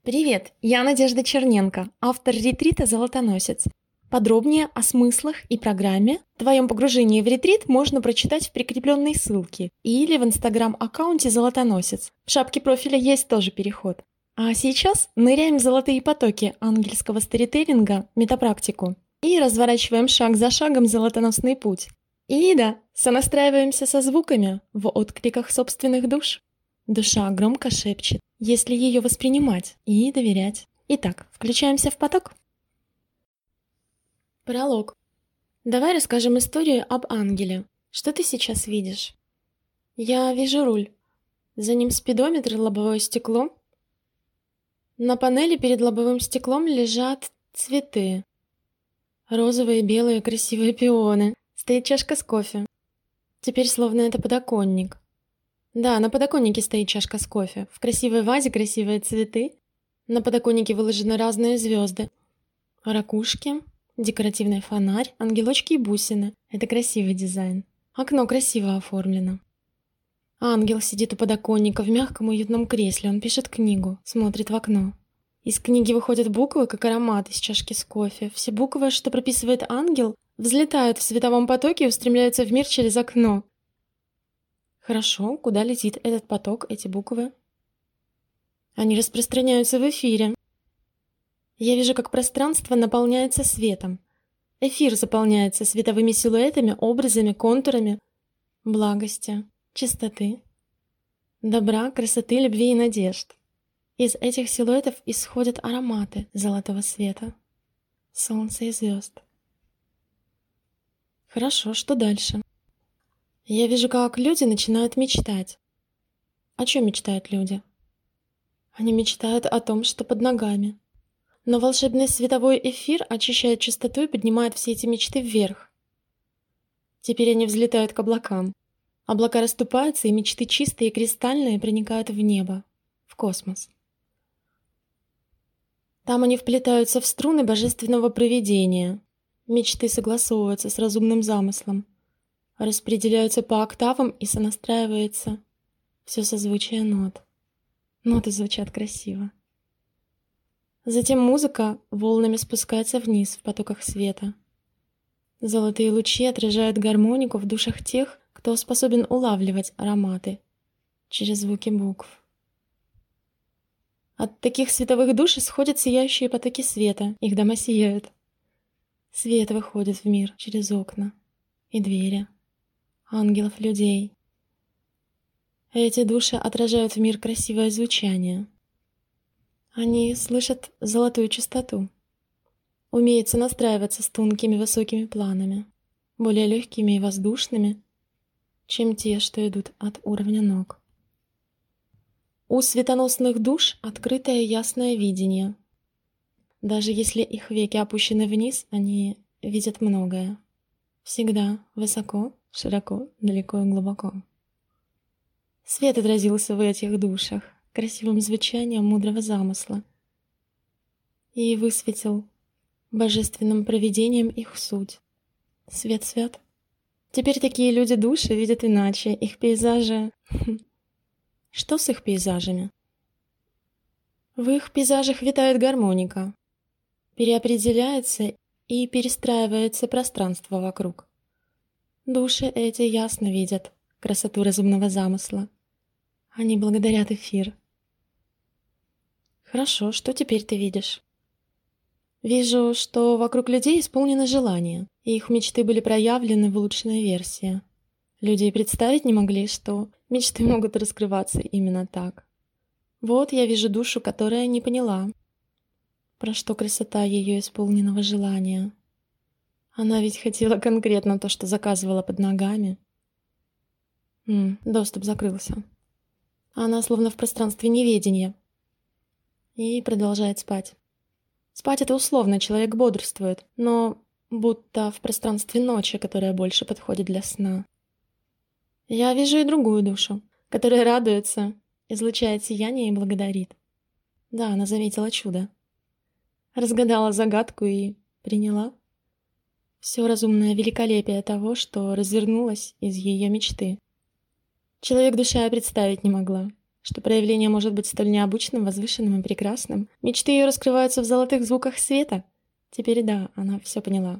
Привет, я Надежда Черненко, автор ретрита «Золотоносец». Подробнее о смыслах и программе в твоем погружении в ретрит можно прочитать в прикрепленной ссылке или в инстаграм-аккаунте «Золотоносец». В шапке профиля есть тоже переход. А сейчас ныряем в золотые потоки ангельского сторителлинга, метапрактику, и разворачиваем шаг за шагом золотоносный путь. И да, сонастраиваемся со звуками в откликах собственных душ. Душа громко шепчет, если ее воспринимать и доверять. Итак, включаемся в поток. Пролог. Давай расскажем историю об ангеле. Что ты сейчас видишь? Я вижу руль. За ним спидометр, лобовое стекло. На панели перед лобовым стеклом лежат цветы. Розовые, белые, красивые пионы. Стоит чашка с кофе. Теперь словно это подоконник. Да, на подоконнике стоит чашка с кофе. В красивой вазе красивые цветы. На подоконнике выложены разные звезды. Ракушки, декоративный фонарь, ангелочки и бусины. Это красивый дизайн. Окно красиво оформлено. Ангел сидит у подоконника в мягком уютном кресле. Он пишет книгу, смотрит в окно. Из книги выходят буквы, как аромат из чашки с кофе. Все буквы, что прописывает ангел, взлетают в световом потоке и устремляются в мир через окно. Хорошо, куда летит этот поток, эти буквы? Они распространяются в эфире. Я вижу, как пространство наполняется светом. Эфир заполняется световыми силуэтами, образами, контурами благости, чистоты, добра, красоты, любви и надежд. Из этих силуэтов исходят ароматы золотого света, солнца и звезд. Хорошо, что дальше? Я вижу, как люди начинают мечтать. О чем мечтают люди? Они мечтают о том, что под ногами. Но волшебный световой эфир очищает чистоту и поднимает все эти мечты вверх. Теперь они взлетают к облакам. Облака расступаются, и мечты чистые и кристальные проникают в небо, в космос. Там они вплетаются в струны божественного провидения. Мечты согласовываются с разумным замыслом. Распределяются по октавам и сонастраивается все созвучие нот. Ноты звучат красиво. Затем музыка волнами спускается вниз в потоках света. Золотые лучи отражают гармонику в душах тех, кто способен улавливать ароматы через звуки букв. От таких световых душ исходят сияющие потоки света, их дома сияют. Свет выходит в мир через окна и двери. Ангелов, людей. Эти души отражают в мир красивое звучание. Они слышат золотую чистоту, умеют сонастраиваться с тонкими высокими планами, более легкими и воздушными, чем те, что идут от уровня ног. У светоносных душ открытое ясное видение. Даже если их веки опущены вниз, они видят многое. Всегда высоко, широко, далеко и глубоко. Свет отразился в этих душах красивым звучанием мудрого замысла и высветил божественным провидением их суть. Свет свят. Теперь такие люди-души видят иначе, их пейзажи... Что с их пейзажами? В их пейзажах витает гармоника, переопределяется и перестраивается пространство вокруг. Души эти ясно видят красоту разумного замысла. Они благодарят эфир. Хорошо, что теперь ты видишь? Вижу, что вокруг людей исполнено желание, и их мечты были проявлены в улучшенной версии. Люди и представить не могли, что мечты могут раскрываться именно так. Вот я вижу душу, которая не поняла, про что красота ее исполненного желания. Она ведь хотела конкретно то, что заказывала под ногами. Доступ закрылся. Она словно в пространстве неведения. И продолжает спать. Спать — это условно, человек бодрствует, но будто в пространстве ночи, которая больше подходит для сна. Я вижу и другую душу, которая радуется, излучает сияние и благодарит. Да, она заметила чудо. Разгадала загадку и приняла все разумное великолепие того, что развернулось из ее мечты. Человек душа представить не могла. что проявление может быть столь необычным, возвышенным и прекрасным. Мечты ее раскрываются в золотых звуках света. Теперь да, она все поняла.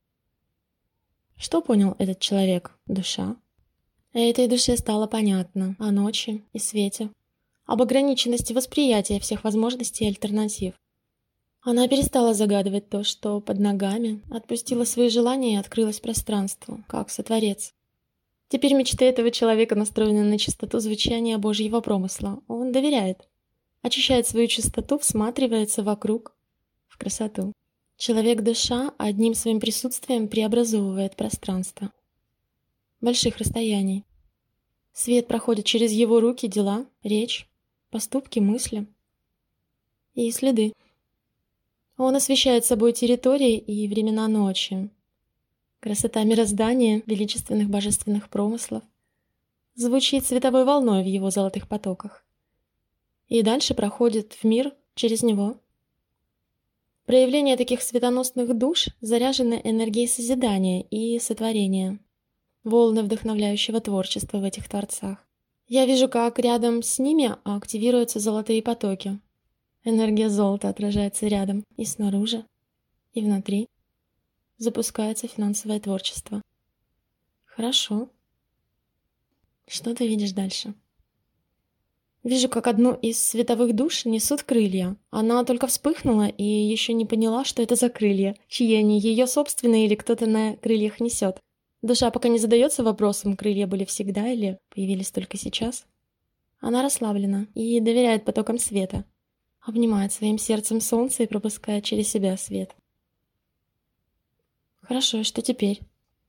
Что понял этот человек? Душа. Этой душе стало понятно о ночи и свете, об ограниченности восприятия всех возможностей и альтернатив. Она перестала загадывать то, что под ногами, отпустила свои желания и открылась пространству, как сотворец. Теперь мечты этого человека настроены на чистоту звучания Божьего промысла. Он доверяет, очищает свою чистоту, всматривается вокруг, в красоту. Человек-душа одним своим присутствием преобразовывает пространство. Больших расстояний. Свет проходит через его руки, дела, речь, поступки, мысли и следы. Он освещает собой территории и времена ночи. Красота мироздания, величественных божественных промыслов звучит световой волной в его золотых потоках. И дальше проходит в мир через него. Проявления таких светоносных душ заряжены энергией созидания и сотворения. Волны вдохновляющего творчества в этих творцах. Я вижу, как рядом с ними активируются золотые потоки. Энергия золота отражается рядом и снаружи, и внутри. Запускается финансовое творчество. Хорошо. Что ты видишь дальше? Вижу, как одну из световых душ несут крылья. Она только вспыхнула и еще не поняла, что это за крылья, чьи они, ее собственные или кто-то на крыльях несет. Душа пока не задается вопросом, крылья были всегда или появились только сейчас. Она расслаблена и доверяет потокам света. Обнимает своим сердцем солнце и пропускает через себя свет. Хорошо, что теперь?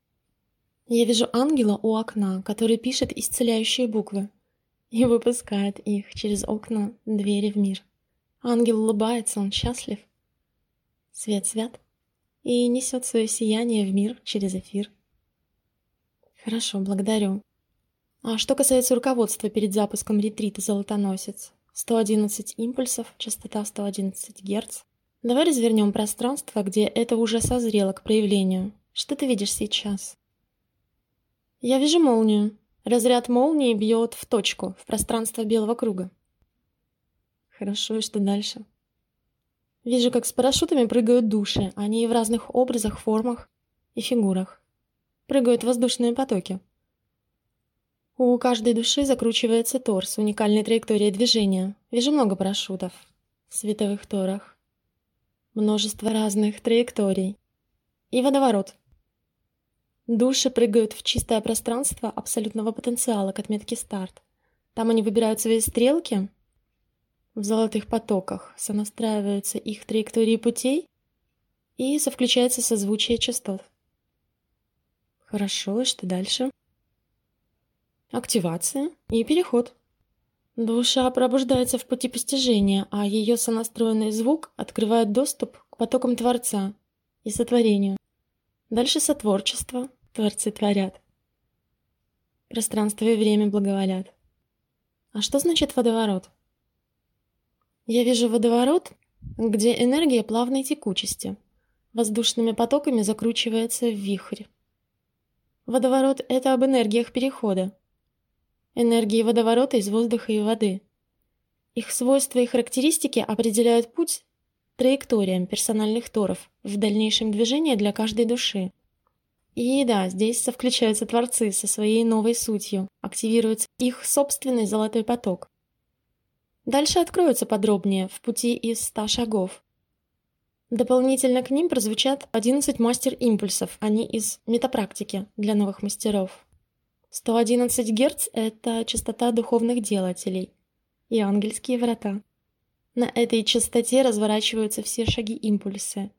Я вижу ангела у окна, который пишет исцеляющие буквы и выпускает их через окна двери в мир. Ангел улыбается, он счастлив. Свет свят и несет свое сияние в мир через эфир. Хорошо, благодарю. А что касается руководства перед запуском ретрита «Золотоносец», 111 импульсов, частота 111 Гц. Давай развернем пространство, где это уже созрело к проявлению. Что ты видишь сейчас? Я вижу молнию. Разряд молнии бьет в точку, в пространство белого круга. Хорошо, и что дальше? Вижу, как с парашютами прыгают души. Они в разных образах, формах и фигурах. Прыгают воздушные потоки. У каждой души закручивается торс, уникальной траекторией движения. Вижу много парашютов в световых торах. Множество разных траекторий. И водоворот. Души прыгают в чистое пространство абсолютного потенциала к отметке старт. Там они выбирают свои стрелки в золотых потоках, сонастраиваются их траектории путей и совключается созвучие частот. Хорошо, и что дальше? Активация и переход. Душа пробуждается в пути постижения, а ее сонастроенный звук открывает доступ к потокам Творца и сотворению. Дальше сотворчество, Творцы творят. Пространство и время благоволят. А что значит водоворот? Я вижу водоворот, где энергия плавной текучести воздушными потоками закручивается в вихрь. Водоворот — это об энергиях перехода. Энергии водоворота из воздуха и воды. Их свойства и характеристики определяют путь траекториям персональных торов в дальнейшем движении для каждой души. И да, здесь совключаются творцы со своей новой сутью, активируется их собственный золотой поток. Дальше откроются подробнее в пути из 100 шагов. Дополнительно к ним прозвучат 11 мастер-импульсов, они из метапрактики для новых мастеров. 111 Гц — это частота духовных делателей и ангельские врата. На этой частоте разворачиваются все шаги-импульсы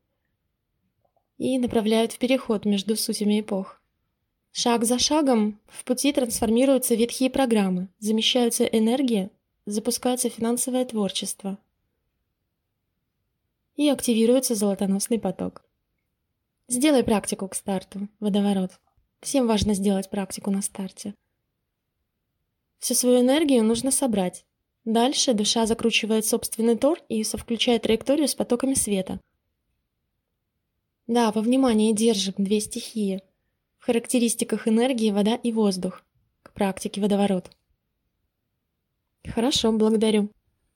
и направляют в переход между сутями эпох. Шаг за шагом в пути трансформируются ветхие программы, замещаются энергия, запускается финансовое творчество и активируется золотоносный поток. Сделай практику к старту, водоворот. Всем важно сделать практику на старте. Всю свою энергию нужно собрать. Дальше душа закручивает собственный тор и совключает траекторию с потоками света. Да, во внимании держим две стихии. В характеристиках энергии вода и воздух. К практике водоворот. Хорошо, благодарю.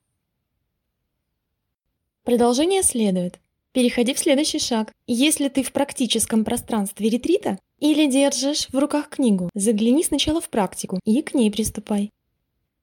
Продолжение следует. Переходи в следующий шаг. Если ты в практическом пространстве ретрита или держишь в руках книгу, загляни сначала в практику и к ней приступай.